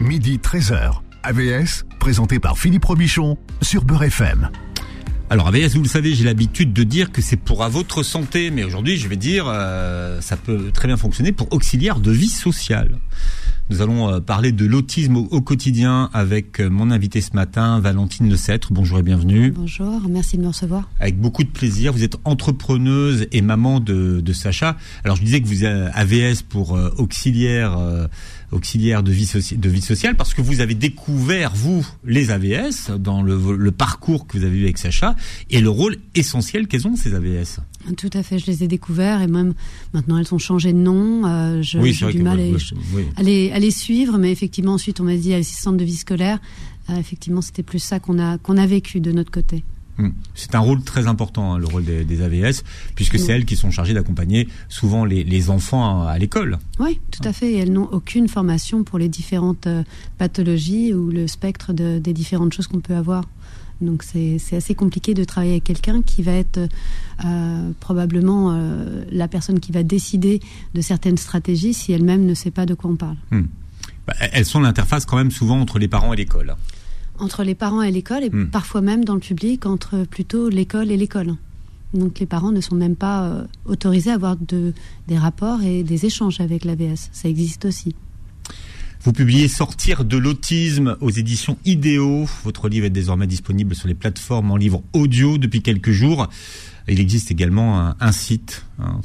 midi 13h. AVS, présenté par Philippe Robichon sur Beurre FM. Alors AVS, vous le savez, j'ai l'habitude de dire que c'est pour à votre santé, mais aujourd'hui je vais dire ça peut très bien fonctionner pour auxiliaire de vie sociale. Nous allons parler de l'autisme au quotidien avec mon invité ce matin, Valentine Lecêtre. Bonjour et bienvenue. Bonjour, merci de me recevoir. Avec beaucoup de plaisir, vous êtes entrepreneuse et maman de Sacha. Alors je disais que vous êtes AVS pour auxiliaire de vie sociale, parce que vous avez découvert, vous, les AVS, dans le parcours que vous avez eu avec Sacha, et le rôle essentiel qu'elles ont, ces AVS. Tout à fait, je les ai découverts, et même maintenant elles ont changé de nom. J'ai du mal à les suivre, mais effectivement ensuite on m'a dit assistante de vie scolaire. Effectivement c'était plus ça qu'on a vécu de notre côté. C'est un rôle très important, hein, le rôle des AVS, puisque c'est elles qui sont chargées d'accompagner souvent les enfants à l'école. Oui, tout à fait. Et elles n'ont aucune formation pour les différentes pathologies ou le spectre des différentes choses qu'on peut avoir. Donc c'est assez compliqué de travailler avec quelqu'un qui va être probablement la personne qui va décider de certaines stratégies si elle-même ne sait pas de quoi on parle. Elles sont l'interface quand même souvent entre les parents et l'école. Entre les parents et l'école, et parfois même dans le public, entre plutôt l'école et l'école. Donc les parents ne sont même pas autorisés à avoir des rapports et des échanges avec l'AVS. Ça existe aussi. Vous publiez Sortir de l'autisme aux éditions Idéo. Votre livre est désormais disponible sur les plateformes en livre audio depuis quelques jours. Il existe également un site,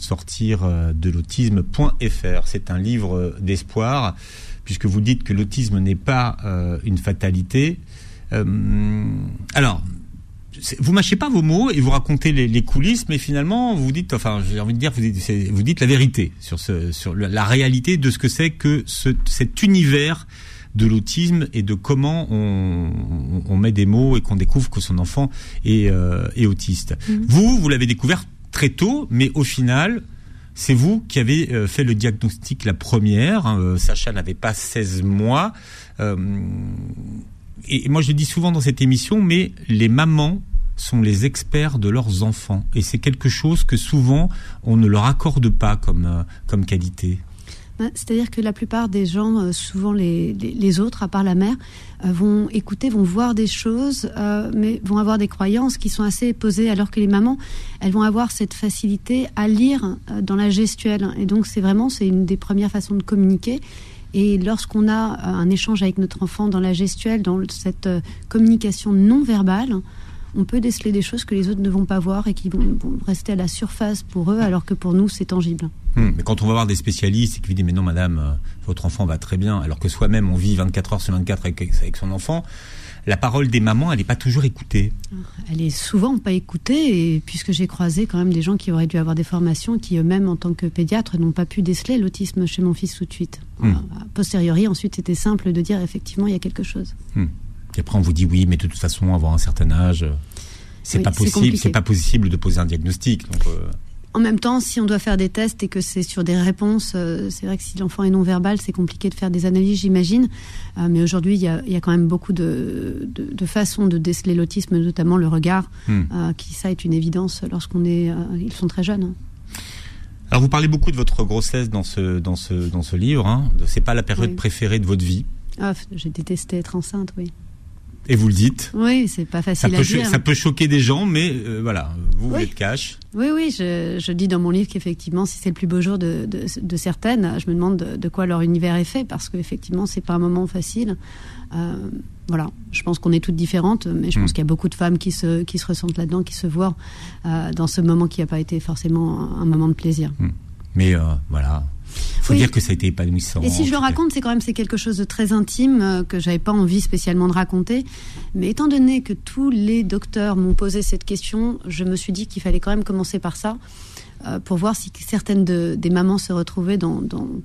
sortirdelautisme.fr. C'est un livre d'espoir, puisque vous dites que l'autisme n'est pas une fatalité. Alors, vous mâchez pas vos mots et vous racontez les coulisses, mais finalement, vous dites, enfin, j'ai envie de dire, vous dites la vérité sur la réalité de ce que c'est que cet univers de l'autisme et de comment on met des mots et qu'on découvre que son enfant est autiste. Vous l'avez découvert très tôt, mais au final, c'est vous qui avez fait le diagnostic la première. Sacha n'avait pas 16 mois. Et moi, je le dis souvent dans cette émission, mais les mamans sont les experts de leurs enfants. Et c'est quelque chose que souvent, on ne leur accorde pas comme qualité. C'est-à-dire que la plupart des gens, souvent les autres, à part la mère, vont écouter, vont voir des choses, mais vont avoir des croyances qui sont assez posées, alors que les mamans, elles vont avoir cette facilité à lire dans la gestuelle. Et donc c'est une des premières façons de communiquer. Et lorsqu'on a un échange avec notre enfant dans la gestuelle, dans cette communication non verbale, on peut déceler des choses que les autres ne vont pas voir et qui vont rester à la surface pour eux, alors que pour nous, c'est tangible. Mais quand on va voir des spécialistes et qui disent « Mais non, madame, votre enfant va très bien », alors que soi-même, on vit 24 heures sur 24 avec son enfant, la parole des mamans, elle n'est pas toujours écoutée. Elle est souvent pas écoutée, et puisque j'ai croisé quand même des gens qui auraient dû avoir des formations, qui eux-mêmes, en tant que pédiatre, n'ont pas pu déceler l'autisme chez mon fils tout de suite. A posteriori, ensuite, c'était simple de dire effectivement, il y a quelque chose. Et après, on vous dit oui, mais de toute façon, avoir un certain âge, c'est pas possible. C'est pas possible de poser un diagnostic. Donc, En même temps, si on doit faire des tests et que c'est sur des réponses, c'est vrai que si l'enfant est non-verbal, c'est compliqué de faire des analyses, j'imagine. Mais aujourd'hui, il y a quand même beaucoup de façons de déceler l'autisme, notamment le regard, qui ça est une évidence ils sont très jeunes. Alors, vous parlez beaucoup de votre grossesse dans ce livre. C'est pas la période préférée de votre vie. J'ai détesté être enceinte, oui. Et vous le dites. Oui, c'est pas facile à dire. Ça peut choquer des gens, mais voilà, vous êtes cash. Oui, je dis dans mon livre qu'effectivement, si c'est le plus beau jour de certaines, je me demande de quoi leur univers est fait, parce qu'effectivement, c'est pas un moment facile. Voilà, je pense qu'on est toutes différentes, mais je pense qu'il y a beaucoup de femmes qui se ressentent là-dedans, qui se voient dans ce moment qui n'a pas été forcément un moment de plaisir. Mais voilà. Faut dire que ça a été épanouissant. Et si je le raconte, c'est quelque chose de très intime que j'avais pas envie spécialement de raconter. Mais étant donné que tous les docteurs m'ont posé cette question, je me suis dit qu'il fallait quand même commencer par ça, pour voir si certaines des mamans se retrouvaient dans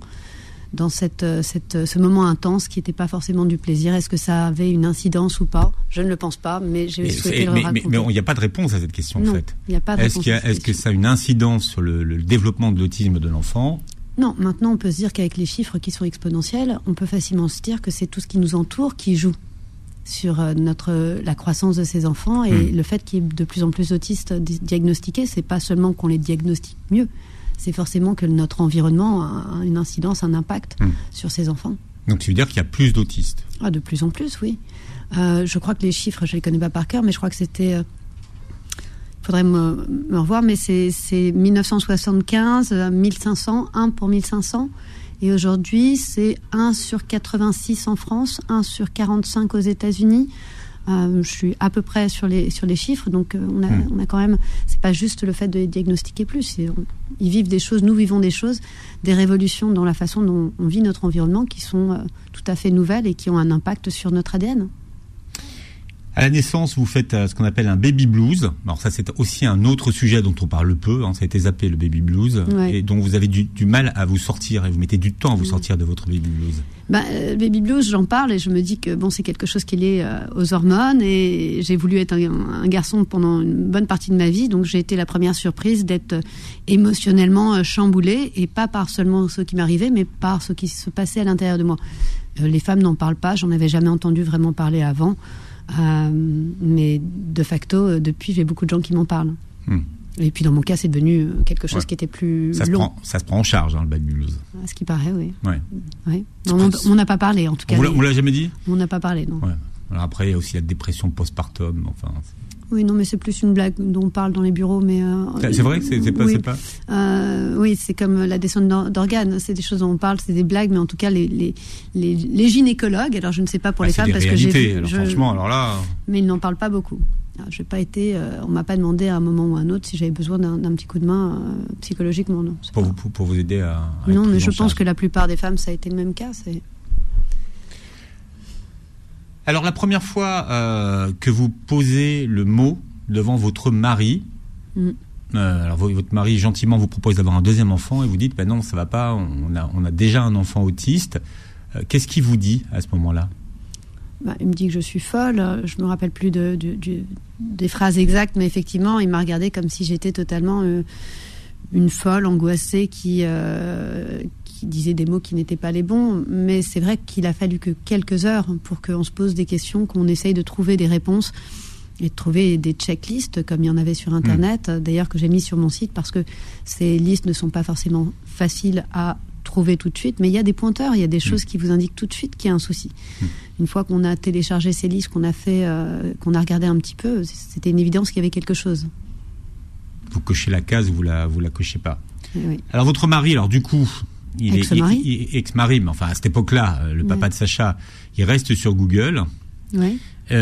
ce moment intense qui n'était pas forcément du plaisir. Est-ce que ça avait une incidence ou pas ? Je ne le pense pas, mais j'ai souhaité le raconter. Mais il n'y a pas de réponse à cette question, en fait. Il n'y a pas de réponse. Est-ce que ça a une incidence sur le développement de l'autisme de l'enfant ? Non, maintenant on peut se dire qu'avec les chiffres qui sont exponentiels, on peut facilement se dire que c'est tout ce qui nous entoure qui joue sur la croissance de ces enfants, et le fait qu'il y ait de plus en plus d'autistes diagnostiqués, c'est pas seulement qu'on les diagnostique mieux, c'est forcément que notre environnement a une incidence, un impact sur ces enfants. Donc, ça veut dire qu'il y a plus d'autistes. De plus en plus, oui. Je crois que les chiffres, je les connais pas par cœur, mais je crois que c'était... Il faudrait me revoir, mais c'est 1975, 1500, 1 pour 1500. Et aujourd'hui, c'est 1 sur 86 en France, 1 sur 45 aux États-Unis. Je suis à peu près sur les chiffres, donc on a quand même... C'est pas juste le fait de diagnostiquer plus. Ils vivent des choses, nous vivons des choses, des révolutions dans la façon dont on vit notre environnement qui sont tout à fait nouvelles et qui ont un impact sur notre ADN. À la naissance, vous faites ce qu'on appelle un baby blues. Alors ça, c'est aussi un autre sujet dont on parle peu. Ça a été zappé, le baby blues, et dont vous avez du mal à vous sortir, et vous mettez du temps à vous sortir de votre baby blues. Le baby blues, j'en parle et je me dis que c'est quelque chose qui est lié aux hormones, et j'ai voulu être un garçon pendant une bonne partie de ma vie, donc j'ai été la première surprise d'être émotionnellement chamboulée, et pas par seulement ce qui m'arrivait, mais par ce qui se passait à l'intérieur de moi. Les femmes n'en parlent pas, j'en avais jamais entendu vraiment parler avant. Mais de facto, depuis, j'ai beaucoup de gens qui m'en parlent. Et puis dans mon cas, c'est devenu quelque chose qui était plus long. Ça se prend en charge, le baby blues. À ce qui paraît, oui. Ouais. Non, on n'a pas parlé, en tout cas. On l'a jamais dit ? On n'a pas parlé, non. Ouais. Alors après, il y a aussi la dépression postpartum. Oui, non, mais c'est plus une blague dont on parle dans les bureaux, mais... c'est vrai que c'est pas... Oui, c'est comme la descente d'organes, c'est des choses dont on parle, c'est des blagues, mais en tout cas, les gynécologues, alors je ne sais pas pour les femmes, parce que j'ai vu... Franchement, alors là... Mais ils n'en parlent pas beaucoup. Alors, j'ai pas été... on m'a pas demandé à un moment ou à un autre si j'avais besoin d'un petit coup de main psychologiquement, non. Pour vous aider à non, mais je pense que la plupart des femmes, ça a été le même cas, Alors, la première fois que vous posez le mot devant votre mari, alors votre mari gentiment vous propose d'avoir un deuxième enfant et vous dites non, ça va pas, on a déjà un enfant autiste. Qu'est-ce qu'il vous dit à ce moment-là ? Il me dit que je suis folle. Je me rappelle plus des phrases exactes, mais effectivement, il m'a regardée comme si j'étais totalement une folle, angoissée, qui disait des mots qui n'étaient pas les bons. Mais c'est vrai qu'il a fallu que quelques heures pour qu'on se pose des questions, qu'on essaye de trouver des réponses et de trouver des checklists comme il y en avait sur Internet, d'ailleurs que j'ai mis sur mon site, parce que ces listes ne sont pas forcément faciles à trouver tout de suite, mais il y a des pointeurs, il y a des choses qui vous indiquent tout de suite qu'il y a un souci. Une fois qu'on a téléchargé ces listes, qu'on a fait, qu'on a regardé un petit peu, c'était une évidence qu'il y avait quelque chose. Vous cochez la case, vous la cochez pas. Oui. Alors votre mari, du coup, il est ex-mari, mais enfin à cette époque-là, le papa de Sacha, il reste sur Google. Oui.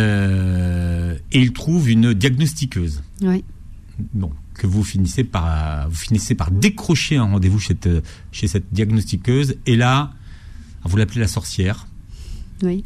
Et il trouve une diagnostiqueuse. Oui. Bon, que vous finissez par décrocher un rendez-vous chez cette diagnostiqueuse, et là, vous l'appelez la sorcière. Oui.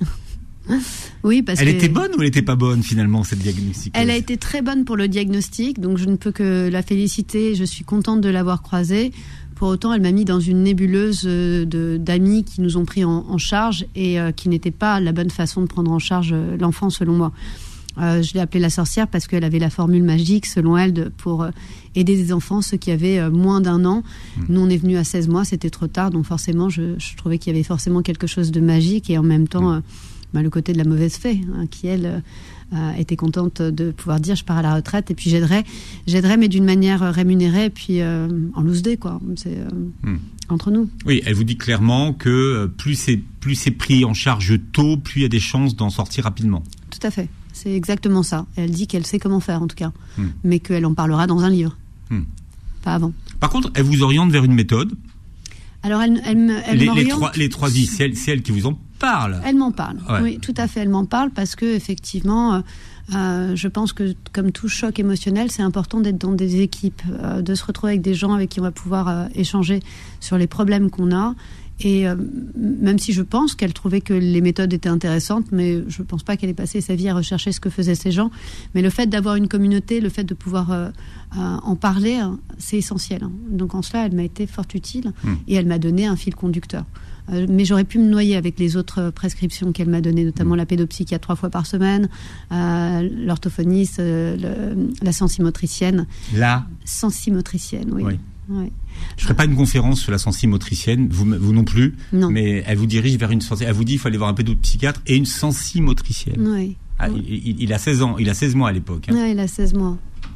Oui, parce elle était bonne ou elle n'était pas bonne finalement, cette diagnostiqueuse ? Elle a été très bonne pour le diagnostic, donc je ne peux que la féliciter. Je suis contente de l'avoir croisée. Pour autant, elle m'a mis dans une nébuleuse d'amis qui nous ont pris en charge et qui n'était pas la bonne façon de prendre en charge l'enfant, selon moi. Je l'ai appelée la sorcière parce qu'elle avait la formule magique, selon elle, pour aider des enfants, ceux qui avaient moins d'1 an. Nous, on est venus à 16 mois, c'était trop tard, donc forcément, je trouvais qu'il y avait forcément quelque chose de magique, et en même temps, le côté de la mauvaise fée, qui, elle, était contente de pouvoir dire je pars à la retraite et puis j'aiderai, mais d'une manière rémunérée, et puis en loose day, quoi. C'est entre nous. Oui, elle vous dit clairement que plus c'est pris en charge tôt, plus il y a des chances d'en sortir rapidement. Tout à fait. C'est exactement ça. Elle dit qu'elle sait comment faire, en tout cas, mais qu'elle en parlera dans un livre, pas avant. Par contre, elle vous oriente vers une méthode. Alors, elle m'oriente... Les 3 I, c'est elle qui vous en parle. Elle m'en parle, oui, tout à fait, elle m'en parle, parce que effectivement, je pense que, comme tout choc émotionnel, c'est important d'être dans des équipes, de se retrouver avec des gens avec qui on va pouvoir échanger sur les problèmes qu'on a. Et même si je pense qu'elle trouvait que les méthodes étaient intéressantes, mais je ne pense pas qu'elle ait passé sa vie à rechercher ce que faisaient ces gens. Mais le fait d'avoir une communauté, le fait de pouvoir en parler, c'est essentiel. Donc en cela, elle m'a été fort utile et elle m'a donné un fil conducteur. Mais j'aurais pu me noyer avec les autres prescriptions qu'elle m'a données, notamment la pédopsychiatre 3 fois par semaine, l'orthophoniste, la sensimotricienne. La sensimotricienne, oui. Je ne ferai pas une conférence sur la sensimotricienne, vous non plus, non. Mais elle vous dirige vers une sensi. Elle vous dit qu'il faut aller voir un pédopsychiatre et une sensimotricienne. Oui. Il a 16 ans, il a 16 mois à l'époque. Oui, il a 16 mois.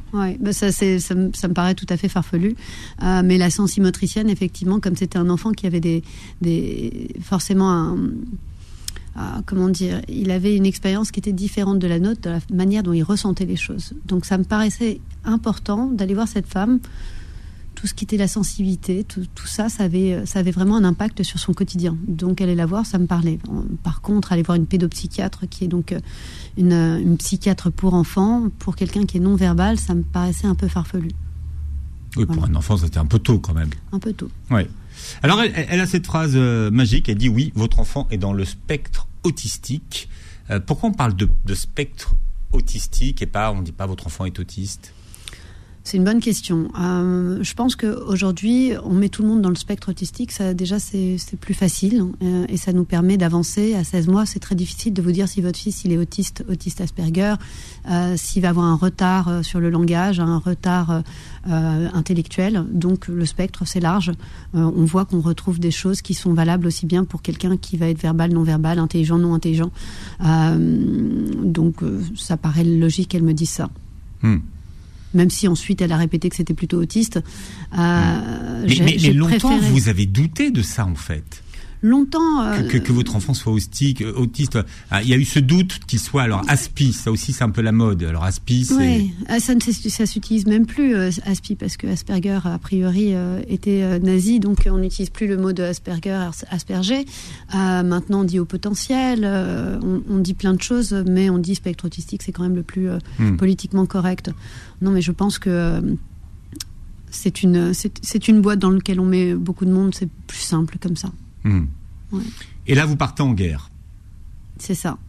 Ouais, bah ça me paraît tout à fait farfelu. Mais la sensimotricienne, effectivement, comme c'était un enfant qui avait forcément comment dire, il avait une expérience qui était différente de la nôtre, de la manière dont il ressentait les choses. Donc ça me paraissait important d'aller voir cette femme. Tout ce qui était la sensibilité, tout ça, ça avait vraiment un impact sur son quotidien. Donc aller la voir, ça me parlait. Par contre, aller voir une pédopsychiatre, qui est donc une psychiatre pour enfants, pour quelqu'un qui est non-verbal, ça me paraissait un peu farfelu. Oui, pour un enfant, c'était un peu tôt quand même. Un peu tôt. Oui. Alors, elle a cette phrase magique, elle dit « Oui, votre enfant est dans le spectre autistique ». Pourquoi on parle de spectre autistique et on ne dit pas « votre enfant est autiste » ? C'est une bonne question. Je pense qu'aujourd'hui, on met tout le monde dans le spectre autistique. Ça, déjà, c'est plus facile et ça nous permet d'avancer. À 16 mois, c'est très difficile de vous dire si votre fils il est autiste Asperger, s'il va avoir un retard sur le langage, un retard intellectuel. Donc, le spectre, c'est large. On voit qu'on retrouve des choses qui sont valables aussi bien pour quelqu'un qui va être verbal, non-verbal, intelligent, non-intelligent. Donc, ça paraît logique qu'elle me dise ça. Même si ensuite elle a répété que c'était plutôt autiste. Mais longtemps, vous avez douté de ça en fait. Longtemps. Que votre enfant soit autiste. Il y a eu ce doute qu'il soit alors Aspi, ça aussi c'est un peu la mode. Alors Aspi, c'est. Oui, ça s'utilise même plus Aspi parce que Asperger a priori était nazi, donc on n'utilise plus le mot de Asperger. Maintenant on dit au potentiel, on dit plein de choses, mais on dit spectre autistique, c'est quand même le plus politiquement correct. Non, mais je pense que c'est une boîte dans laquelle on met beaucoup de monde, c'est plus simple comme ça. Ouais. Et là, vous partez en guerre. C'est ça.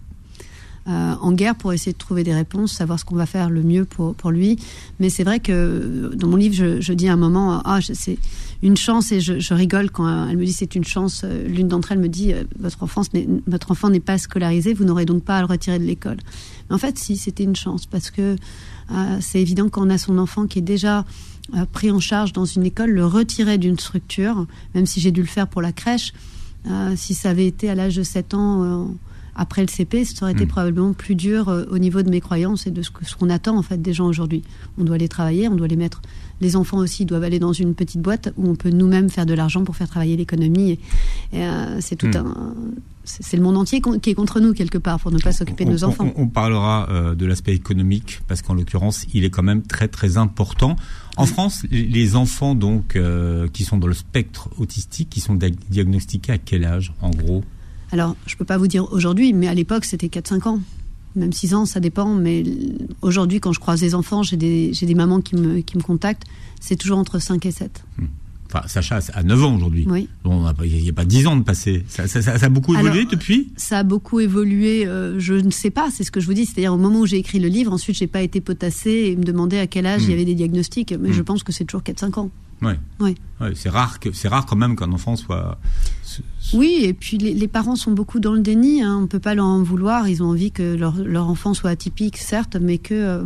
En guerre pour essayer de trouver des réponses, savoir ce qu'on va faire le mieux pour lui. Mais c'est vrai que dans mon livre, je dis à un moment, c'est une chance, et je rigole quand elle me dit c'est une chance. L'une d'entre elles me dit, votre enfant n'est pas scolarisé, vous n'aurez donc pas à le retirer de l'école. Mais en fait, si, c'était une chance, parce que c'est évident qu'on a son enfant qui est déjà pris en charge dans une école, le retirer d'une structure, même si j'ai dû le faire pour la crèche, si ça avait été à l'âge de 7 ans après le CP, ça aurait été probablement plus dur au niveau de mes croyances et de ce qu'on attend en fait des gens aujourd'hui. On doit aller travailler, on doit les mettre. Les enfants aussi doivent aller dans une petite boîte où on peut nous-mêmes faire de l'argent pour faire travailler l'économie. Et c'est tout c'est le monde entier qui est contre nous quelque part pour ne pas s'occuper de nos enfants. On parlera de l'aspect économique parce qu'en l'occurrence, il est quand même très très important. En France, les enfants donc qui sont dans le spectre autistique, qui sont diagnostiqués à quel âge en gros ? Alors, je ne peux pas vous dire aujourd'hui, mais à l'époque, c'était 4-5 ans. Même 6 ans, ça dépend. Mais aujourd'hui, quand je croise des enfants, j'ai des mamans qui me contactent. C'est toujours entre 5 et 7. Enfin, Sacha a 9 ans aujourd'hui. Oui. Bon, il n'y a pas 10 ans de passé. Ça a beaucoup évolué depuis ? Ça a beaucoup évolué, je ne sais pas, c'est ce que je vous dis. C'est-à-dire, au moment où j'ai écrit le livre, ensuite, je n'ai pas été potassée et me demander à quel âge il y avait des diagnostics. Mais je pense que c'est toujours 4-5 ans. Oui. Ouais, c'est rare quand même qu'un enfant soit... Oui, et puis les parents sont beaucoup dans le déni. On ne peut pas leur en vouloir. Ils ont envie que leur enfant soit atypique, certes, mais que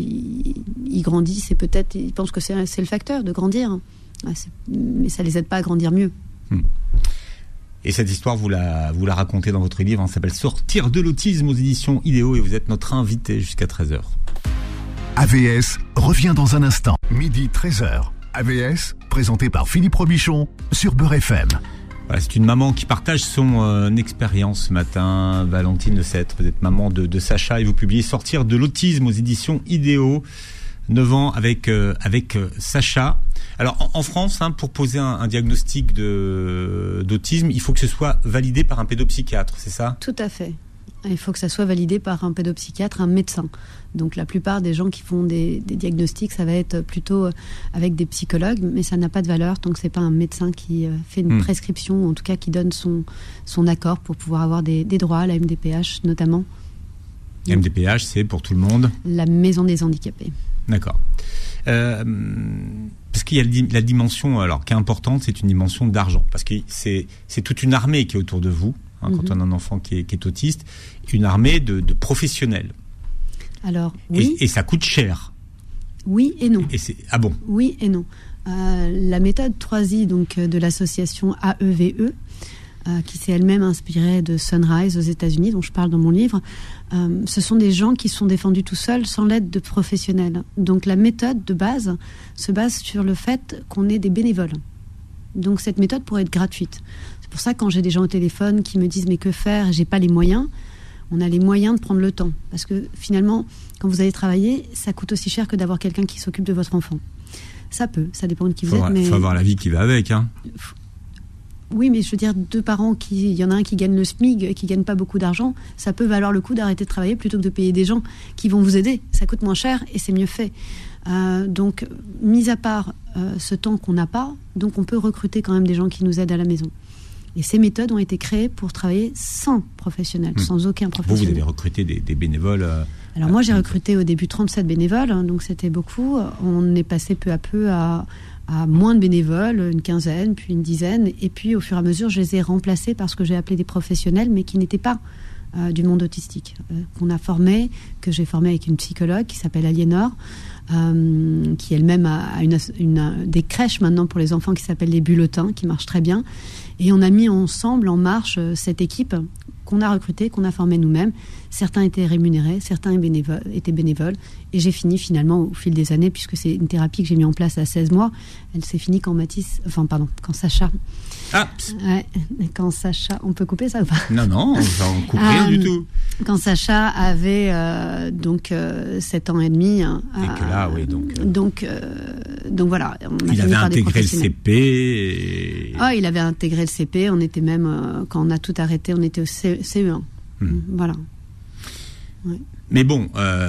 ils grandissent et peut-être ils pensent que c'est le facteur de grandir. Mais ça les aide pas à grandir mieux. Et cette histoire, vous la racontez dans votre livre. Ça s'appelle Sortir de l'autisme aux éditions Idéo et vous êtes notre invité jusqu'à 13h. AVS revient dans un instant. Midi 13h. AVS, présenté par Philippe Robichon sur Beurre FM. Voilà, c'est une maman qui partage son expérience ce matin. Valentine de Sète, vous êtes maman de Sacha et vous publiez Sortir de l'autisme aux éditions Idéo. 9 ans avec Sacha. Alors en France, pour poser un diagnostic d'autisme, il faut que ce soit validé par un pédopsychiatre, c'est ça ? Tout à fait. Il faut que ça soit validé par un pédopsychiatre, un médecin. Donc la plupart des gens qui font des diagnostics, ça va être plutôt avec des psychologues, mais ça n'a pas de valeur tant que c'est pas un médecin qui fait une prescription, ou en tout cas qui donne son accord pour pouvoir avoir des droits à la MDPH notamment. MDPH, c'est pour tout le monde ? La maison des handicapés. D'accord. Parce qu'il y a la dimension qui est importante, c'est une dimension d'argent. Parce que c'est toute une armée qui est autour de vous, quand on a un enfant qui est autiste, une armée de professionnels. Alors, oui. Et ça coûte cher. Oui et non. Ah bon ? Oui et non. La méthode 3I donc, de l'association AEVE qui s'est elle-même inspirée de Sunrise aux États-Unis, dont je parle dans mon livre. Ce sont des gens qui sont défendus tout seuls, sans l'aide de professionnels. Donc la méthode de base se base sur le fait qu'on ait des bénévoles. Donc cette méthode pourrait être gratuite. C'est pour ça que quand j'ai des gens au téléphone qui me disent « mais que faire ? J'ai pas les moyens », on a les moyens de prendre le temps. Parce que finalement, quand vous allez travailler, ça coûte aussi cher que d'avoir quelqu'un qui s'occupe de votre enfant. Ça dépend de qui vous êtes. Il faut avoir la vie qui va avec. Hein. Oui, mais je veux dire, deux parents, il y en a un qui gagne le SMIC, qui gagne pas beaucoup d'argent, ça peut valoir le coup d'arrêter de travailler plutôt que de payer des gens qui vont vous aider. Ça coûte moins cher et c'est mieux fait. Donc, mis à part ce temps qu'on n'a pas, donc on peut recruter quand même des gens qui nous aident à la maison. Et ces méthodes ont été créées pour travailler sans professionnel, sans aucun professionnel. Vous avez recruté des bénévoles Alors moi, j'ai recruté au début 37 bénévoles, donc c'était beaucoup. On est passé peu à peu à moins de bénévoles, une quinzaine, puis une dizaine. Et puis, au fur et à mesure, je les ai remplacés par ce que j'ai appelé des professionnels, mais qui n'étaient pas du monde autistique, qu'on a formé, que j'ai formé avec une psychologue qui s'appelle Aliénor, qui elle-même a des crèches maintenant pour les enfants qui s'appellent les Bulletins, qui marchent très bien. Et on a mis ensemble en marche cette équipe qu'on a recrutée, qu'on a formée nous-mêmes. Certains étaient rémunérés, certains étaient bénévoles. Et j'ai fini finalement au fil des années, puisque c'est une thérapie que j'ai mis en place à 16 mois. Elle s'est finie quand quand Sacha... quand Sacha... On peut couper ça ou pas ? Non, on ne coupe rien du tout. Quand Sacha avait 7 ans et demi... et que là, oui, donc voilà. Il avait intégré le CP. Il avait intégré le CP. On était même, quand on a tout arrêté, on était au CE1. Voilà. Ouais. Mais bon,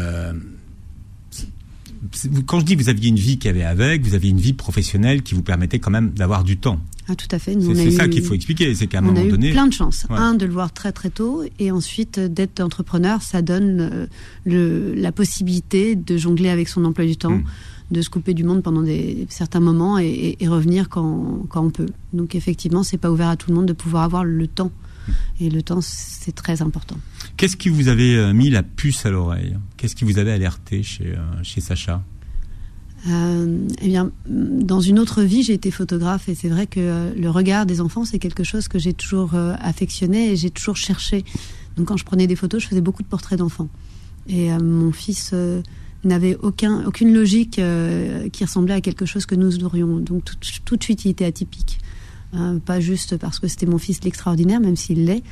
quand je dis que vous aviez une vie qui avait avec, vous aviez une vie professionnelle qui vous permettait quand même d'avoir du temps. Ah, tout à fait. C'est ça qu'il faut expliquer, c'est qu'à un moment donné... On a eu plein de chance. Ouais. De le voir très très tôt, et ensuite d'être entrepreneur, ça donne la possibilité de jongler avec son emploi du temps, de se couper du monde pendant certains moments et revenir quand on peut. Donc effectivement, c'est pas ouvert à tout le monde de pouvoir avoir le temps. Et le temps, c'est très important. Qu'est-ce qui vous avait mis la puce à l'oreille ? Qu'est-ce qui vous avait alerté chez Sacha ? Eh bien, dans une autre vie, j'ai été photographe, et c'est vrai que le regard des enfants, c'est quelque chose que j'ai toujours affectionné et j'ai toujours cherché. Donc quand je prenais des photos, je faisais beaucoup de portraits d'enfants. Et mon fils n'avait aucune logique qui ressemblait à quelque chose que nous aurions. Donc tout de suite, il était atypique. Pas juste parce que c'était mon fils l'extraordinaire, même s'il l'est.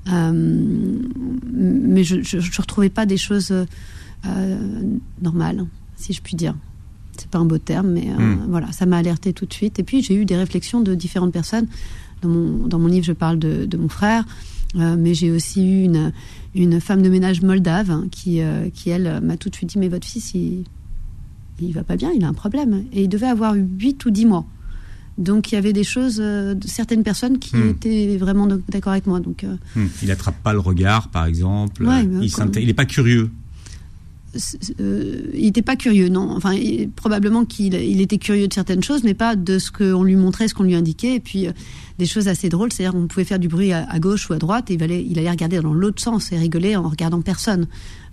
Mais je ne retrouvais pas des choses normales, si je puis dire. C'est pas un beau terme, mais voilà, ça m'a alerté tout de suite. Et puis j'ai eu des réflexions de différentes personnes. Dans mon livre, je parle de mon frère, mais j'ai aussi eu une femme de ménage moldave qui elle, m'a tout de suite dit « Mais votre fils, il va pas bien, il a un problème. » Et il devait avoir 8 ou 10 mois. Donc il y avait des choses de certaines personnes qui étaient vraiment d'accord avec moi. Donc, il n'attrape pas le regard, par exemple. Ouais, il n'est pas curieux. Il n'était pas curieux, non. Enfin, probablement qu'il était curieux de certaines choses, mais pas de ce qu'on lui montrait, ce qu'on lui indiquait. Et puis des choses assez drôles, c'est-à-dire on pouvait faire du bruit à gauche ou à droite, et il allait regarder dans l'autre sens et rigoler en regardant personne.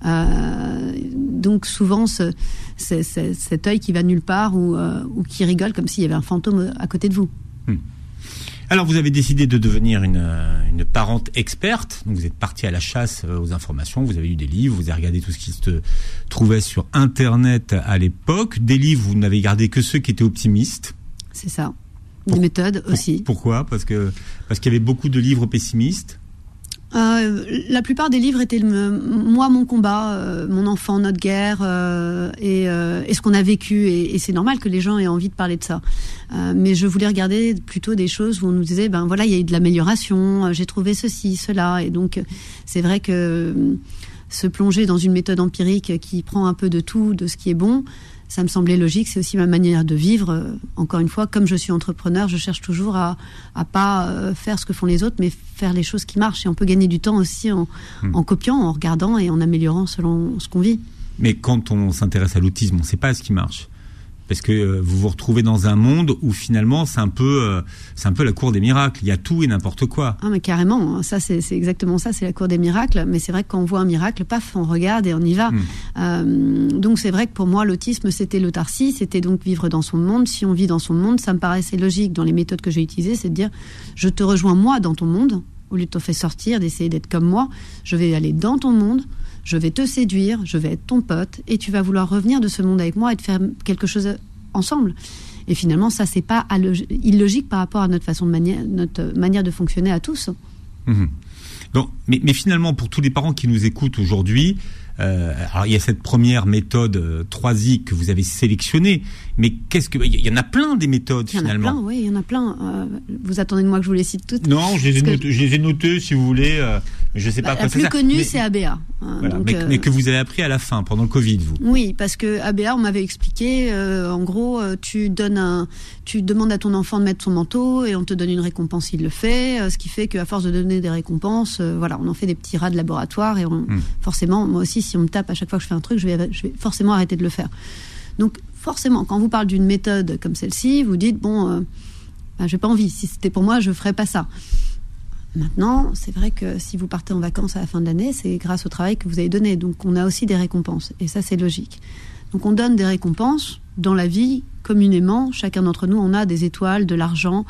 Donc souvent cet œil qui va nulle part ou qui rigole comme s'il y avait un fantôme à côté de vous. Alors vous avez décidé de devenir une parente experte, donc vous êtes partie à la chasse aux informations, vous avez lu des livres, vous avez regardé tout ce qui se trouvait sur Internet à l'époque, des livres, vous n'avez gardé que ceux qui étaient optimistes. C'est ça, des méthodes aussi. Pourquoi ? Parce qu'il y avait beaucoup de livres pessimistes. La plupart des livres étaient moi, mon combat, mon enfant, notre guerre, et ce qu'on a vécu, et c'est normal que les gens aient envie de parler de ça. Mais je voulais regarder plutôt des choses où on nous disait, ben voilà, il y a eu de l'amélioration, j'ai trouvé ceci, cela, et donc c'est vrai que se plonger dans une méthode empirique qui prend un peu de tout, de ce qui est bon, ça me semblait logique. C'est aussi ma manière de vivre. Encore une fois, comme je suis entrepreneur, je cherche toujours à pas faire ce que font les autres, mais faire les choses qui marchent. Et on peut gagner du temps aussi en copiant, en regardant et en améliorant selon ce qu'on vit. Mais quand on s'intéresse à l'autisme, on ne sait pas ce qui marche. parce que vous vous retrouvez dans un monde où finalement c'est un peu la cour des miracles. Il y a tout et n'importe quoi. Ah mais carrément, ça c'est exactement ça, c'est la cour des miracles. Mais c'est vrai que quand on voit un miracle, paf, on regarde et on y va. Donc c'est vrai que pour moi l'autisme c'était l'autarcie, c'était donc vivre dans son monde. Si on vit dans son monde, ça me paraissait logique dans les méthodes que j'ai utilisées, c'est de dire je te rejoins moi dans ton monde, au lieu de te faire sortir, d'essayer d'être comme moi, je vais aller dans ton monde. Je vais te séduire, je vais être ton pote, et tu vas vouloir revenir de ce monde avec moi et de faire quelque chose ensemble. Et finalement, ça, c'est pas illogique par rapport à notre manière de fonctionner à tous. Donc, mais finalement, pour tous les parents qui nous écoutent aujourd'hui, alors il y a cette première méthode 3I que vous avez sélectionnée, mais il y en a plein des méthodes finalement. Il y en a plein. Vous attendez de moi que je vous les cite toutes? Non, je les ai notées si vous voulez. Mais je sais pas. La plus connue, c'est ABA. Voilà, donc, mais que vous avez appris à la fin, pendant le Covid, vous. Oui, parce que ABA, on m'avait expliqué. En gros, tu demandes à ton enfant de mettre son manteau et on te donne une récompense s'il le fait. Ce qui fait qu'à force de donner des récompenses, on en fait des petits rats de laboratoire et forcément, moi aussi, si on me tape à chaque fois que je fais un truc, je vais forcément arrêter de le faire. Donc forcément, quand vous parlez d'une méthode comme celle-ci, vous dites j'ai pas envie. Si c'était pour moi, je ferais pas ça. Maintenant, c'est vrai que si vous partez en vacances à la fin de l'année, c'est grâce au travail que vous avez donné. Donc on a aussi des récompenses et ça c'est logique. Donc on donne des récompenses dans la vie communément. Chacun d'entre nous, on a des étoiles, de l'argent.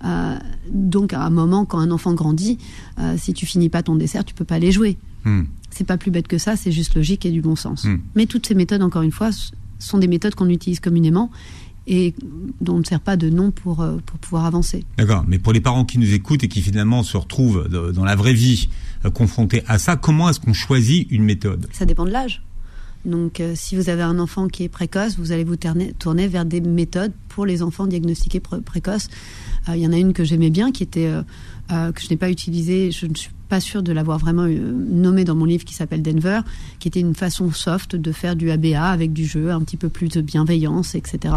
Donc à un moment, quand un enfant grandit, si tu finis pas ton dessert, tu peux pas aller jouer. C'est pas plus bête que ça, c'est juste logique et du bon sens. Mais toutes ces méthodes, encore une fois, sont des méthodes qu'on utilise communément et dont on ne sert pas de nom pour pouvoir avancer. D'accord, mais pour les parents qui nous écoutent et qui finalement se retrouvent dans la vraie vie confrontés à ça, comment est-ce qu'on choisit une méthode? Ça dépend de l'âge. Donc si vous avez un enfant qui est précoce, vous allez vous tourner vers des méthodes pour les enfants diagnostiqués précoces. Il y en a une que j'aimais bien, qui était que je n'ai pas utilisée, je ne suis pas sûre de l'avoir vraiment nommée dans mon livre, qui s'appelle Denver, qui était une façon soft de faire du ABA avec du jeu, un petit peu plus de bienveillance, etc.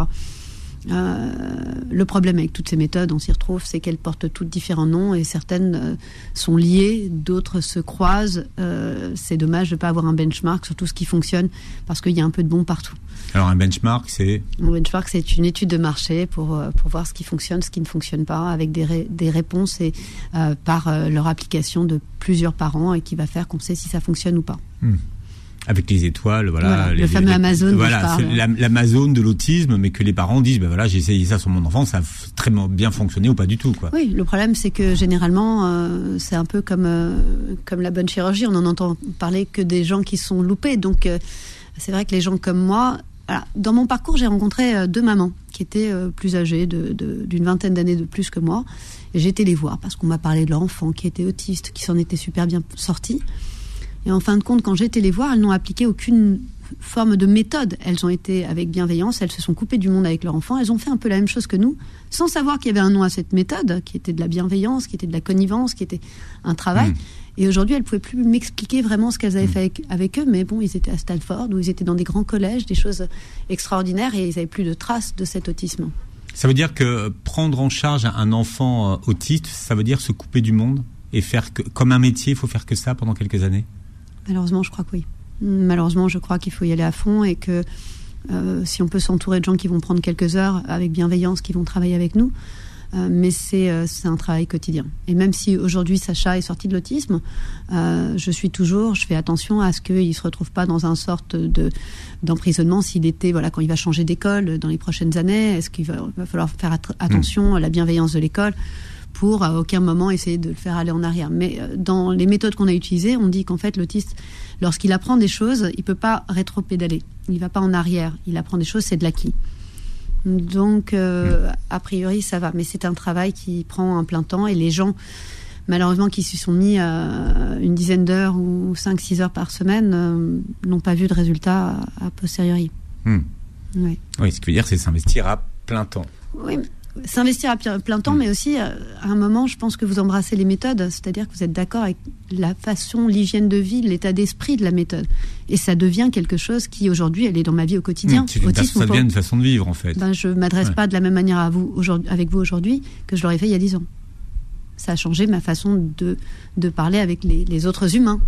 Le problème avec toutes ces méthodes, on s'y retrouve, c'est qu'elles portent toutes différents noms et certaines sont liées, d'autres se croisent. C'est dommage de ne pas avoir un benchmark sur tout ce qui fonctionne parce qu'il y a un peu de bon partout. Alors un benchmark, c'est une étude de marché pour voir ce qui fonctionne, ce qui ne fonctionne pas, avec des réponses et par leur application de plusieurs parents et qui va faire qu'on sait si ça fonctionne ou pas. Avec les étoiles, le fameux Amazon. Voilà, c'est l'Amazon de l'autisme, mais que les parents disent, j'ai essayé ça sur mon enfant, ça a très bien fonctionné ou pas du tout, quoi. Oui, le problème c'est que généralement, c'est un peu comme la bonne chirurgie, on en entend parler que des gens qui sont loupés. Donc c'est vrai que les gens comme moi, dans mon parcours, j'ai rencontré 2 mamans qui étaient plus âgées, d'une vingtaine d'années de plus que moi. Et j'ai été les voir parce qu'on m'a parlé de leur enfant qui était autiste, qui s'en était super bien sorti. Et en fin de compte, quand j'ai été les voir, elles n'ont appliqué aucune forme de méthode. Elles ont été avec bienveillance, elles se sont coupées du monde avec leur enfant, elles ont fait un peu la même chose que nous, sans savoir qu'il y avait un nom à cette méthode, qui était de la bienveillance, qui était de la connivence, qui était un travail. Et aujourd'hui, elles ne pouvaient plus m'expliquer vraiment ce qu'elles avaient fait avec eux, mais bon, ils étaient à Stanford, où ils étaient dans des grands collèges, des choses extraordinaires, et ils n'avaient plus de traces de cet autisme. Ça veut dire que prendre en charge un enfant autiste, ça veut dire se couper du monde et faire comme un métier, il faut faire que ça pendant quelques années? Malheureusement, je crois que oui. Malheureusement, je crois qu'il faut y aller à fond et que si on peut s'entourer de gens qui vont prendre quelques heures avec bienveillance, qui vont travailler avec nous, mais c'est un travail quotidien. Et même si aujourd'hui Sacha est sorti de l'autisme, je fais attention à ce qu'il ne se retrouve pas dans une sorte d'emprisonnement s'il était, quand il va changer d'école dans les prochaines années. Est-ce qu'il va falloir faire attention à la bienveillance de l'école pour à aucun moment essayer de le faire aller en arrière. Mais dans les méthodes qu'on a utilisées, on dit qu'en fait l'autiste, lorsqu'il apprend des choses, il peut pas rétro-pédaler, il va pas en arrière, il apprend des choses, c'est de l'acquis. Donc a priori ça va, mais c'est un travail qui prend un plein temps et les gens malheureusement qui s'y sont mis une dizaine d'heures ou 5-6 heures par semaine n'ont pas vu de résultat a posteriori. Oui, ce qui veut dire c'est s'investir à plein temps. Oui, s'investir à plein temps, mais aussi à un moment, je pense que vous embrassez les méthodes, c'est-à-dire que vous êtes d'accord avec la façon, l'hygiène de vie, l'état d'esprit de la méthode. Et ça devient quelque chose qui, aujourd'hui, elle est dans ma vie au quotidien. Ça devient une façon de vivre, en fait. Je ne m'adresse pas de la même manière avec vous aujourd'hui que je l'aurais fait il y a 10 ans. Ça a changé ma façon de parler avec les autres humains.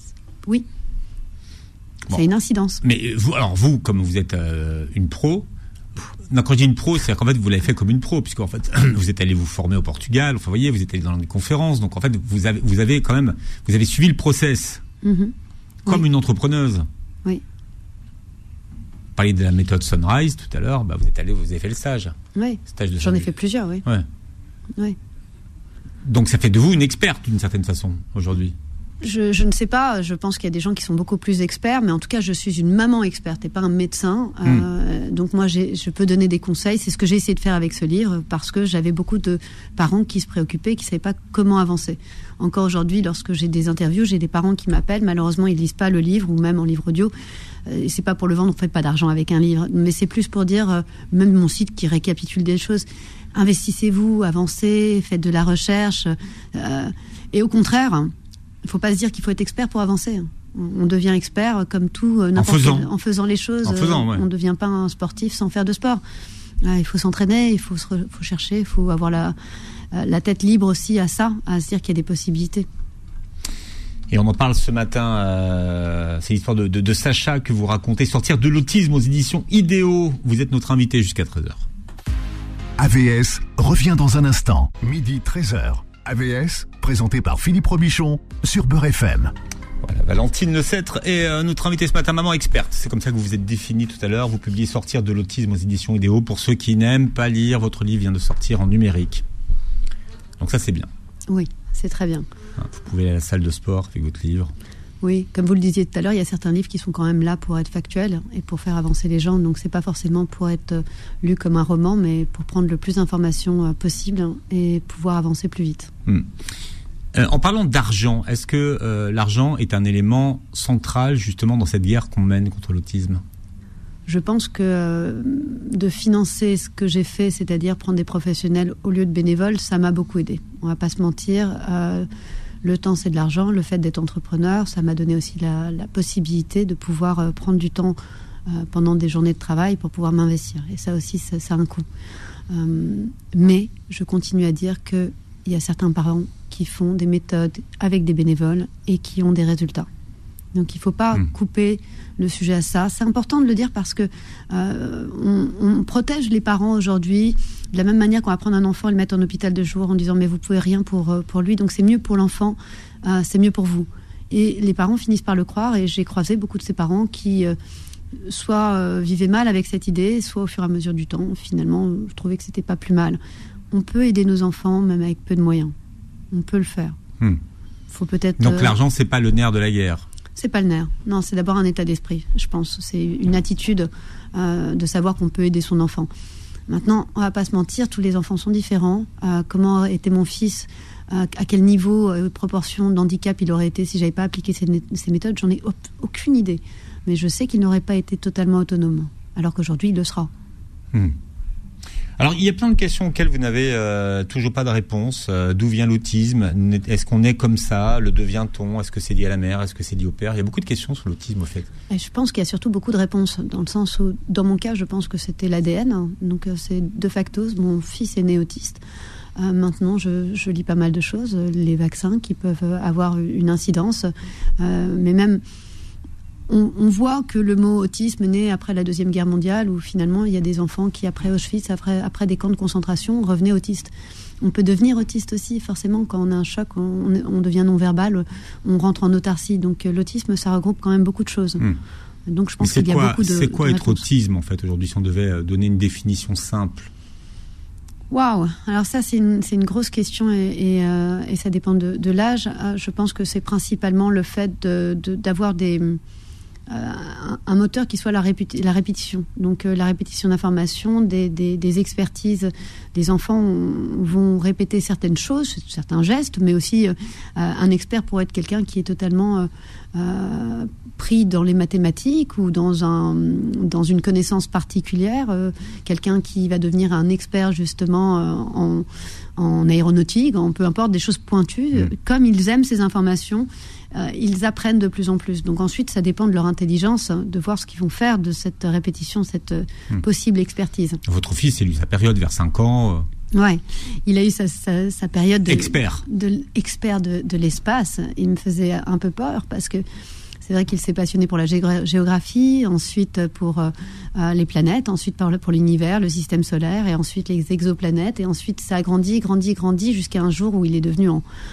Oui. Bon. C'est une incidence. Mais vous, comme vous êtes une pro, Non, quand je dis une pro, c'est qu'en fait vous l'avez fait comme une pro, puisqu'en fait vous êtes allé vous former au Portugal. Enfin, vous voyez, vous êtes allé dans des conférences. Donc en fait, vous avez suivi le process comme une entrepreneuse. Oui. Vous parliez de la méthode Sunrise tout à l'heure. Vous avez fait le stage. Oui. J'en ai fait plusieurs, oui. Ouais. Oui. Donc ça fait de vous une experte d'une certaine façon aujourd'hui. Je ne sais pas, je pense qu'il y a des gens qui sont beaucoup plus experts, mais en tout cas je suis une maman experte et pas un médecin. Donc moi je peux donner des conseils, c'est ce que j'ai essayé de faire avec ce livre, parce que j'avais beaucoup de parents qui se préoccupaient, qui ne savaient pas comment avancer. Encore aujourd'hui, lorsque j'ai des interviews, j'ai des parents qui m'appellent, malheureusement ils ne lisent pas le livre, ou même en livre audio. Et c'est pas pour le vendre, on ne fait pas d'argent avec un livre, mais c'est plus pour dire, même mon site qui récapitule des choses, investissez-vous, avancez, faites de la recherche, et au contraire, il ne faut pas se dire qu'il faut être expert pour avancer. On devient expert comme tout, en faisant les choses. Ouais. On ne devient pas un sportif sans faire de sport. Il faut s'entraîner, il faut chercher, il faut avoir la tête libre aussi à ça, à se dire qu'il y a des possibilités. Et on en parle ce matin, c'est l'histoire de Sacha que vous racontez, Sortir de l'autisme aux éditions Idéo. Vous êtes notre invité jusqu'à 13h. AVS revient dans un instant, midi 13h. AVS, présenté par Philippe Robichon sur Beurre FM. Voilà, Valentine Lecêtre est notre invitée ce matin, maman experte. C'est comme ça que vous vous êtes définie tout à l'heure. Vous publiez Sortir de l'autisme aux éditions Idéo. Pour ceux qui n'aiment pas lire, votre livre vient de sortir en numérique. Donc ça, c'est bien. Oui, c'est très bien. Vous pouvez aller à la salle de sport avec votre livre. Oui, comme vous le disiez tout à l'heure, il y a certains livres qui sont quand même là pour être factuels et pour faire avancer les gens. Donc c'est pas forcément pour être lu comme un roman, mais pour prendre le plus d'informations possible et pouvoir avancer plus vite. En parlant d'argent, est-ce que l'argent est un élément central justement dans cette guerre qu'on mène contre l'autisme ? Je pense que de financer ce que j'ai fait, c'est-à-dire prendre des professionnels au lieu de bénévoles, ça m'a beaucoup aidé. On va pas se mentir. Le temps, c'est de l'argent. Le fait d'être entrepreneur, ça m'a donné aussi la possibilité de pouvoir prendre du temps pendant des journées de travail pour pouvoir m'investir. Et ça aussi, ça a un coût. Mais je continue à dire qu'il y a certains parents qui font des méthodes avec des bénévoles et qui ont des résultats. Donc il ne faut pas couper le sujet à ça. C'est important de le dire parce que on protège les parents aujourd'hui de la même manière qu'on va prendre un enfant et le mettre en hôpital de jour en disant mais vous pouvez rien pour lui, donc c'est mieux pour l'enfant, c'est mieux pour vous. Et les parents finissent par le croire, et j'ai croisé beaucoup de ces parents qui soit vivaient mal avec cette idée, soit au fur et à mesure du temps, finalement, je trouvais que c'était pas plus mal. On peut aider nos enfants même avec peu de moyens. On peut le faire. Faut peut-être. Donc l'argent, c'est pas le nerf de la guerre. C'est pas le nerf. Non, c'est d'abord un état d'esprit, je pense. C'est une attitude de savoir qu'on peut aider son enfant. Maintenant, on va pas se mentir, tous les enfants sont différents. Comment était mon fils, à quel niveau, proportion d'handicap il aurait été si j'avais pas appliqué ces méthodes, j'en ai aucune idée. Mais je sais qu'il n'aurait pas été totalement autonome, alors qu'aujourd'hui il le sera. Alors, il y a plein de questions auxquelles vous n'avez toujours pas de réponse. D'où vient l'autisme ? Est-ce qu'on est comme ça ? Le devient-on ? Est-ce que c'est lié à la mère ? Est-ce que c'est lié au père ? Il y a beaucoup de questions sur l'autisme, au fait. Et je pense qu'il y a surtout beaucoup de réponses, dans le sens où, dans mon cas, je pense que c'était l'ADN. Donc, c'est de facto, mon fils est né autiste. Maintenant, je lis pas mal de choses. Les vaccins qui peuvent avoir une incidence. Mais même... On voit que le mot autisme naît après la Deuxième Guerre mondiale, où finalement il y a des enfants qui, après Auschwitz, après des camps de concentration, revenaient autistes. On peut devenir autiste aussi, forcément, quand on a un choc, on devient non-verbal, on rentre en autarcie. Donc l'autisme, ça regroupe quand même beaucoup de choses. Donc je pense qu'il y a beaucoup de... C'est quoi être autisme, en fait, aujourd'hui, si on devait donner une définition simple ? Waouh! Alors ça, c'est une grosse question et ça dépend de l'âge. Je pense que c'est principalement le fait d'avoir un moteur qui soit la répétition. Donc la répétition d'informations, des expertises. Les enfants vont répéter certaines choses, certains gestes, mais aussi un expert pourrait être quelqu'un qui est totalement pris dans les mathématiques ou dans une connaissance particulière. Quelqu'un qui va devenir un expert justement en aéronautique, en peu importe, des choses pointues. Comme ils aiment ces informations, ils apprennent de plus en plus. Donc ensuite, ça dépend de leur intelligence, de voir ce qu'ils vont faire de cette répétition, cette possible expertise. Votre fils, il a eu sa période vers 5 ans. Ouais, il a eu sa période expert de l'espace. Il me faisait un peu peur parce que C'est vrai qu'il s'est passionné pour la géographie, ensuite pour les planètes, ensuite pour l'univers, le système solaire, et ensuite les exoplanètes, et ensuite ça a grandi jusqu'à un jour où il est devenu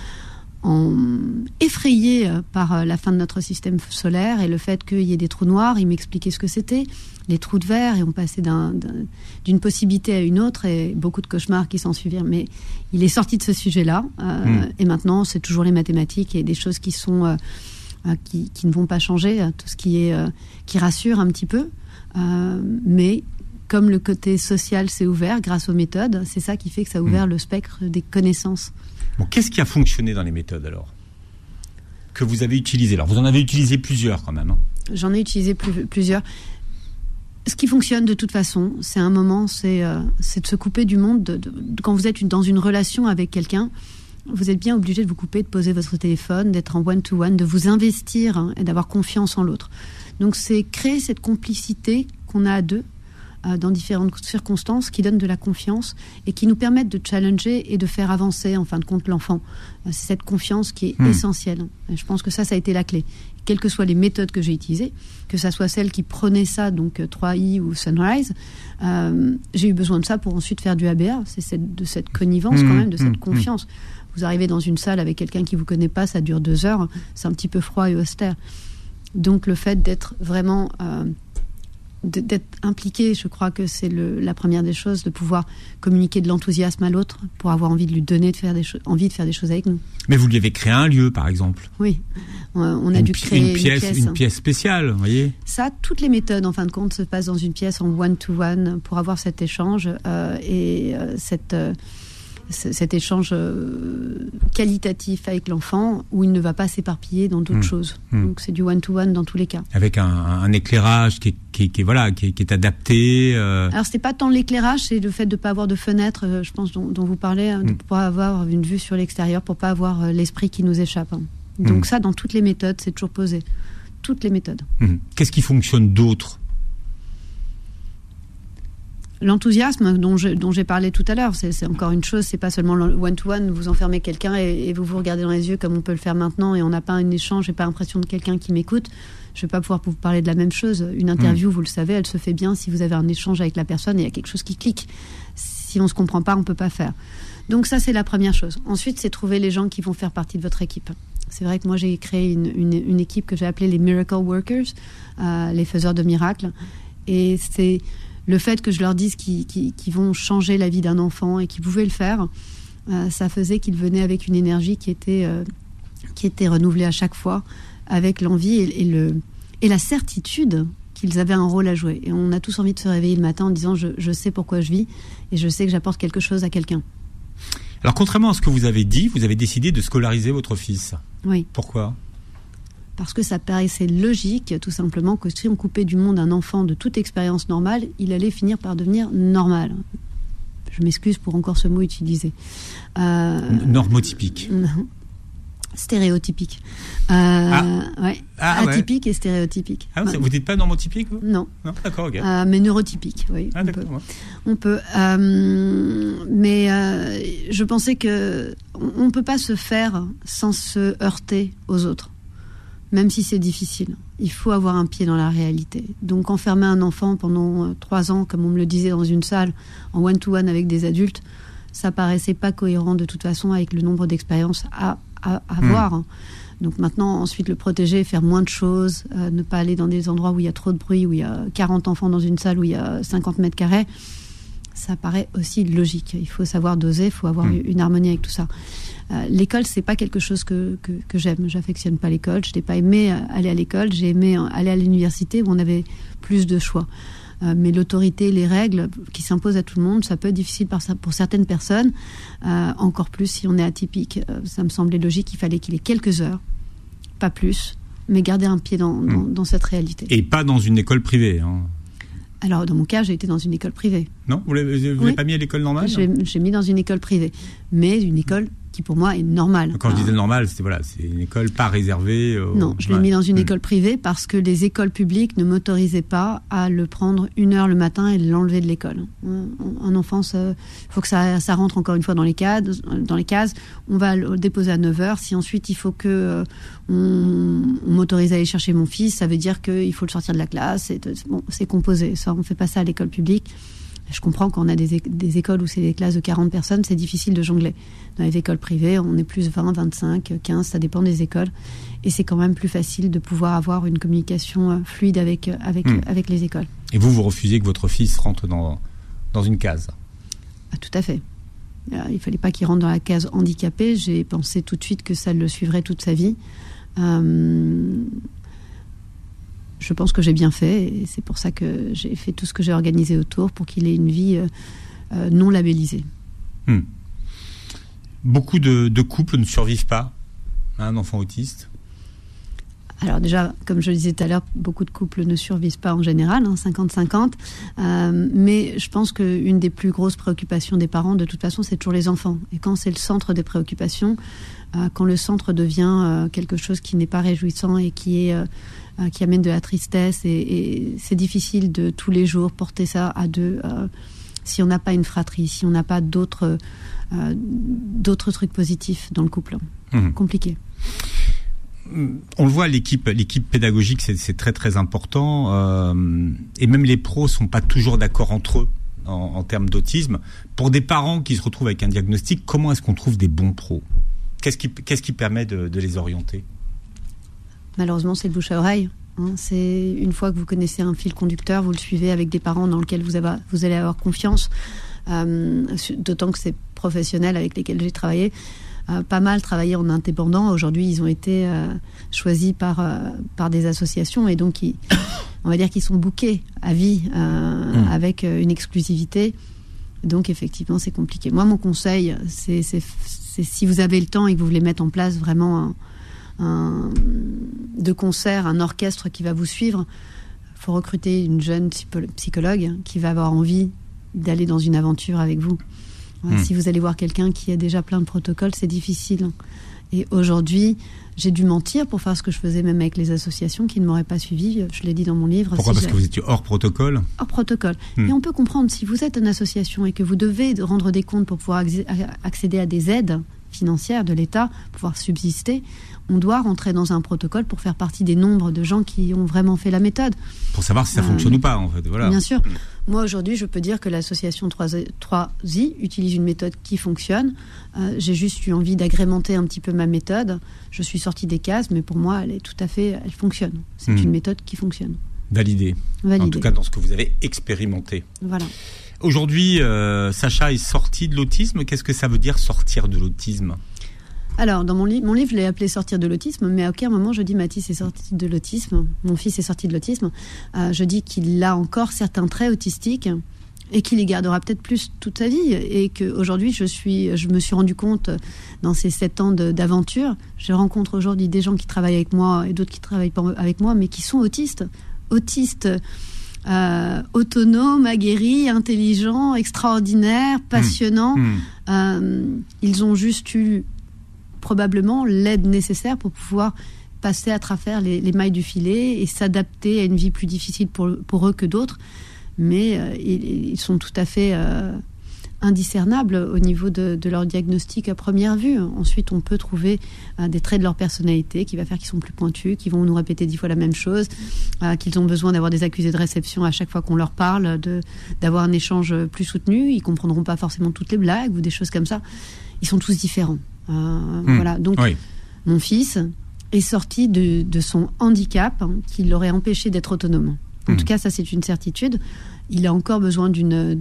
effrayé par la fin de notre système solaire et le fait qu'il y ait des trous noirs. Il m'expliquait ce que c'était, les trous de verre, et on passait d'une possibilité à une autre, et beaucoup de cauchemars qui s'en suivirent. Mais il est sorti de ce sujet-là, et maintenant c'est toujours les mathématiques et des choses qui sont qui ne vont pas changer, tout ce qui rassure un petit peu, mais comme le côté social s'est ouvert grâce aux méthodes, c'est ça qui fait que ça a ouvert le spectre des connaissances. Bon, qu'est-ce qui a fonctionné dans les méthodes alors que vous avez utilisées? Alors vous en avez utilisé plusieurs quand même. J'en ai utilisé plusieurs. Ce qui fonctionne de toute façon, c'est un moment, c'est de se couper du monde. Quand vous êtes dans une relation avec quelqu'un, vous êtes bien obligé de vous couper, de poser votre téléphone, d'être en one-to-one, de vous investir et d'avoir confiance en l'autre. Donc c'est créer cette complicité qu'on a à deux dans différentes circonstances qui donnent de la confiance et qui nous permettent de challenger et de faire avancer en fin de compte l'enfant. C'est cette confiance qui est essentielle. Et je pense que ça a été la clé. Quelles que soient les méthodes que j'ai utilisées, que ça soit celles qui prenaient ça, donc 3i ou Sunrise, j'ai eu besoin de ça pour ensuite faire du ABA. C'est de cette connivence quand même, de cette confiance. Vous arrivez dans une salle avec quelqu'un qui ne vous connaît pas, ça dure 2 heures, c'est un petit peu froid et austère. Donc le fait d'être vraiment d'être impliqué, je crois que c'est la première des choses, de pouvoir communiquer de l'enthousiasme à l'autre pour avoir envie de lui donner envie de faire des choses avec nous. Mais vous lui avez créé un lieu, par exemple. Oui, on a dû créer une pièce spéciale, vous voyez. Ça, toutes les méthodes, en fin de compte, se passent dans une pièce en one-to-one pour avoir cet échange et cet échange qualitatif avec l'enfant où il ne va pas s'éparpiller dans d'autres choses. Donc c'est du one-to-one dans tous les cas. Avec un éclairage qui est adapté. Alors c'était pas tant l'éclairage, c'est le fait de ne pas avoir de fenêtre, je pense, dont vous parlez, de ne pas avoir une vue sur l'extérieur, pour ne pas avoir l'esprit qui nous échappe. Donc ça, dans toutes les méthodes, c'est toujours posé. Toutes les méthodes. Qu'est-ce qui fonctionne d'autre ? L'enthousiasme dont j'ai parlé tout à l'heure, c'est encore une chose, c'est pas seulement le one-to-one, vous enfermez quelqu'un et vous regardez dans les yeux comme on peut le faire maintenant et on n'a pas un échange, j'ai pas l'impression de quelqu'un qui m'écoute, je vais pas pouvoir vous parler de la même chose. Une interview, vous le savez, elle se fait bien si vous avez un échange avec la personne et il y a quelque chose qui clique. Si on se comprend pas, on peut pas faire. Donc ça, c'est la première chose. Ensuite, c'est trouver les gens qui vont faire partie de votre équipe. C'est vrai que moi, j'ai créé une équipe que j'ai appelée les Miracle Workers, les faiseurs de miracles, et c'est le fait que je leur dise qu'ils vont changer la vie d'un enfant et qu'ils pouvaient le faire, ça faisait qu'ils venaient avec une énergie qui était renouvelée à chaque fois, avec l'envie et la certitude qu'ils avaient un rôle à jouer. Et on a tous envie de se réveiller le matin en disant je sais pourquoi je vis et je sais que j'apporte quelque chose à quelqu'un. Alors contrairement à ce que vous avez dit, vous avez décidé de scolariser votre fils. Oui. Pourquoi ? Parce que ça paraissait logique, tout simplement, que si on coupait du monde un enfant de toute expérience normale, il allait finir par devenir normal. Je m'excuse pour encore ce mot utilisé. Normotypique. Stéréotypique. Atypique et stéréotypique. Ah, vous dites pas normotypique, vous ? Non. Non, d'accord, ok. Mais neurotypique, oui. Ah, d'accord. On peut. Mais je pensais que on ne peut pas se faire sans se heurter aux autres. Même si c'est difficile, il faut avoir un pied dans la réalité. Donc enfermer un enfant pendant 3 ans, comme on me le disait dans une salle, en one-to-one avec des adultes, ça paraissait pas cohérent de toute façon avec le nombre d'expériences à avoir. Donc maintenant, ensuite, le protéger, faire moins de choses, ne pas aller dans des endroits où il y a trop de bruit, où il y a 40 enfants dans une salle où il y a 50 mètres carrés, ça paraît aussi logique. Il faut savoir doser, il faut avoir une harmonie avec tout ça. L'école, c'est pas quelque chose que j'aime. J'affectionne pas l'école. Je n'ai pas aimé aller à l'école. J'ai aimé aller à l'université où on avait plus de choix. Mais l'autorité, les règles qui s'imposent à tout le monde, ça peut être difficile pour certaines personnes. Encore plus si on est atypique. Ça me semblait logique. Il fallait qu'il ait quelques heures, pas plus, mais garder un pied dans cette réalité. Et pas dans une école privée, hein. Alors, dans mon cas, j'ai été dans une école privée. Non ? Vous l'avez pas mis à l'école normale ? J'ai mis dans une école privée. Mais une école qui pour moi est normale. Quand je disais normal, c'est une école pas réservée. Non, je l'ai mis dans une école privée parce que les écoles publiques ne m'autorisaient pas à le prendre 1 heure le matin et l'enlever de l'école. Un enfant, il faut que ça rentre encore une fois dans les cases. On va le déposer à 9 heures. Si ensuite il faut que on m'autorise à aller chercher mon fils, ça veut dire qu'il faut le sortir de la classe. C'est composé. Ça, on fait pas ça à l'école publique. Je comprends quand on a des écoles où c'est des classes de 40 personnes, c'est difficile de jongler. Dans les écoles privées, on est plus 20, 25, 15, ça dépend des écoles. Et c'est quand même plus facile de pouvoir avoir une communication fluide avec les écoles. Et vous refusez que votre fils rentre dans une case? Ah, tout à fait. Il ne fallait pas qu'il rentre dans la case handicapé. J'ai pensé tout de suite que ça le suivrait toute sa vie. Je pense que j'ai bien fait et c'est pour ça que j'ai fait tout ce que j'ai organisé autour pour qu'il ait une vie non labellisée. Beaucoup de couples ne survivent pas à un enfant autiste. Alors déjà, comme je le disais tout à l'heure, beaucoup de couples ne survivent pas en général, 50-50. Mais je pense qu'une des plus grosses préoccupations des parents, de toute façon, c'est toujours les enfants. Et quand c'est le centre des préoccupations, quand le centre devient quelque chose qui n'est pas réjouissant et qui amène de la tristesse, et c'est difficile de tous les jours porter ça à deux. Si on n'a pas une fratrie, si on n'a pas d'autres trucs positifs dans le couple, compliqué. On le voit, l'équipe pédagogique, c'est très très important. Et même les pros sont pas toujours d'accord entre eux en termes d'autisme. Pour des parents qui se retrouvent avec un diagnostic, comment est-ce qu'on trouve des bons pros ? Qu'est-ce qui permet de les orienter ? Malheureusement, c'est le bouche à oreille. C'est une fois que vous connaissez un fil conducteur, vous le suivez avec des parents dans lesquels vous allez avoir confiance. D'autant que c'est professionnels avec lesquels j'ai travaillé. Pas mal travaillé en indépendant. Aujourd'hui, ils ont été choisis par des associations et donc on va dire qu'ils sont bookés à vie avec une exclusivité. Donc effectivement, c'est compliqué. Moi, mon conseil, c'est si vous avez le temps et que vous voulez mettre en place vraiment de concert, un orchestre qui va vous suivre, il faut recruter une jeune psychologue qui va avoir envie d'aller dans une aventure avec vous. Si vous allez voir quelqu'un qui a déjà plein de protocoles, c'est difficile. Et aujourd'hui, j'ai dû mentir pour faire ce que je faisais même avec les associations qui ne m'auraient pas suivi. Je l'ai dit dans mon livre. Pourquoi ? Parce que vous étiez hors protocole ? Hors protocole. Et on peut comprendre, si vous êtes une association et que vous devez rendre des comptes pour pouvoir accéder à des aides financières de l'État, pouvoir subsister, on doit rentrer dans un protocole pour faire partie des nombres de gens qui ont vraiment fait la méthode. Pour savoir si ça fonctionne ou pas, en fait. Voilà. Bien sûr. Moi, aujourd'hui, je peux dire que l'association 3i utilise une méthode qui fonctionne. J'ai juste eu envie d'agrémenter un petit peu ma méthode. Je suis sortie des cases, mais pour moi, elle fonctionne. C'est une méthode qui fonctionne. Validée. En tout cas, dans ce que vous avez expérimenté. Voilà. Aujourd'hui, Sacha est sortie de l'autisme. Qu'est-ce que ça veut dire sortir de l'autisme ? Alors, dans mon livre, je l'ai appelé « Sortir de l'autisme », mais à aucun moment je dis « Mathis est sorti de l'autisme », mon fils est sorti de l'autisme. Je dis qu'il a encore certains traits autistiques et qu'il les gardera peut-être plus toute sa vie. Et qu'aujourd'hui, je me suis rendu compte, dans ces 7 ans d'aventure, je rencontre aujourd'hui des gens qui travaillent avec moi et d'autres qui travaillent pas avec moi, mais qui sont autistes. Autonomes, aguerris, intelligents, extraordinaires, passionnants. Ils ont juste eu probablement l'aide nécessaire pour pouvoir passer à travers les mailles du filet et s'adapter à une vie plus difficile pour eux que d'autres. Mais ils sont tout à fait indiscernables au niveau de leur diagnostic à première vue. Ensuite, on peut trouver des traits de leur personnalité qui va faire qu'ils sont plus pointus, qui vont nous répéter 10 fois la même chose, qu'ils ont besoin d'avoir des accusés de réception à chaque fois qu'on leur parle, d'avoir un échange plus soutenu. Ils comprendront pas forcément toutes les blagues ou des choses comme ça. Ils sont tous différents. Voilà. Donc, mon fils est sorti de son handicap qui l'aurait empêché d'être autonome. En tout cas, ça, c'est une certitude. Il a encore besoin d'une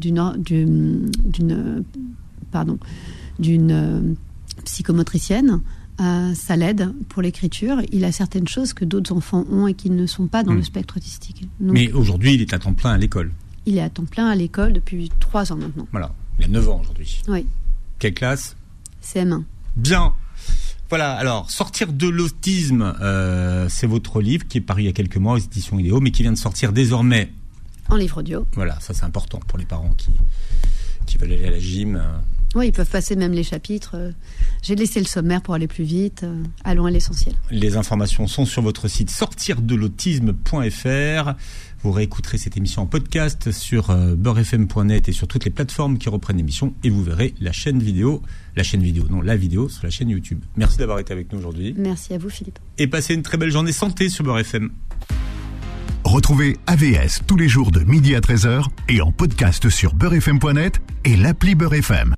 psychomotricienne. Ça l'aide pour l'écriture. Il a certaines choses que d'autres enfants ont et qui ne sont pas dans le spectre autistique. Donc, mais aujourd'hui, il est à temps plein à l'école. Il est à temps plein à l'école depuis 3 ans maintenant. Voilà. Il a 9 ans aujourd'hui. Oui. Quelle classe ? CM1. Bien. Voilà, alors, Sortir de l'autisme, c'est votre livre qui est paru il y a quelques mois aux éditions Idéo, mais qui vient de sortir désormais en livre audio. Voilà, ça c'est important pour les parents qui veulent aller à la gym Oui, ils peuvent passer même les chapitres. J'ai laissé le sommaire pour aller plus vite. Allons à l'essentiel. Les informations sont sur votre site sortirdelautisme.fr. Vous réécouterez cette émission en podcast sur beurrefm.net et sur toutes les plateformes qui reprennent l'émission, et vous verrez la vidéo sur la chaîne YouTube. Merci d'avoir été avec nous aujourd'hui. Merci à vous, Philippe. Et passez une très belle journée santé sur Beurre FM. Retrouvez AVS tous les jours de midi à 13h et en podcast sur beurrefm.net et l'appli Beurre FM.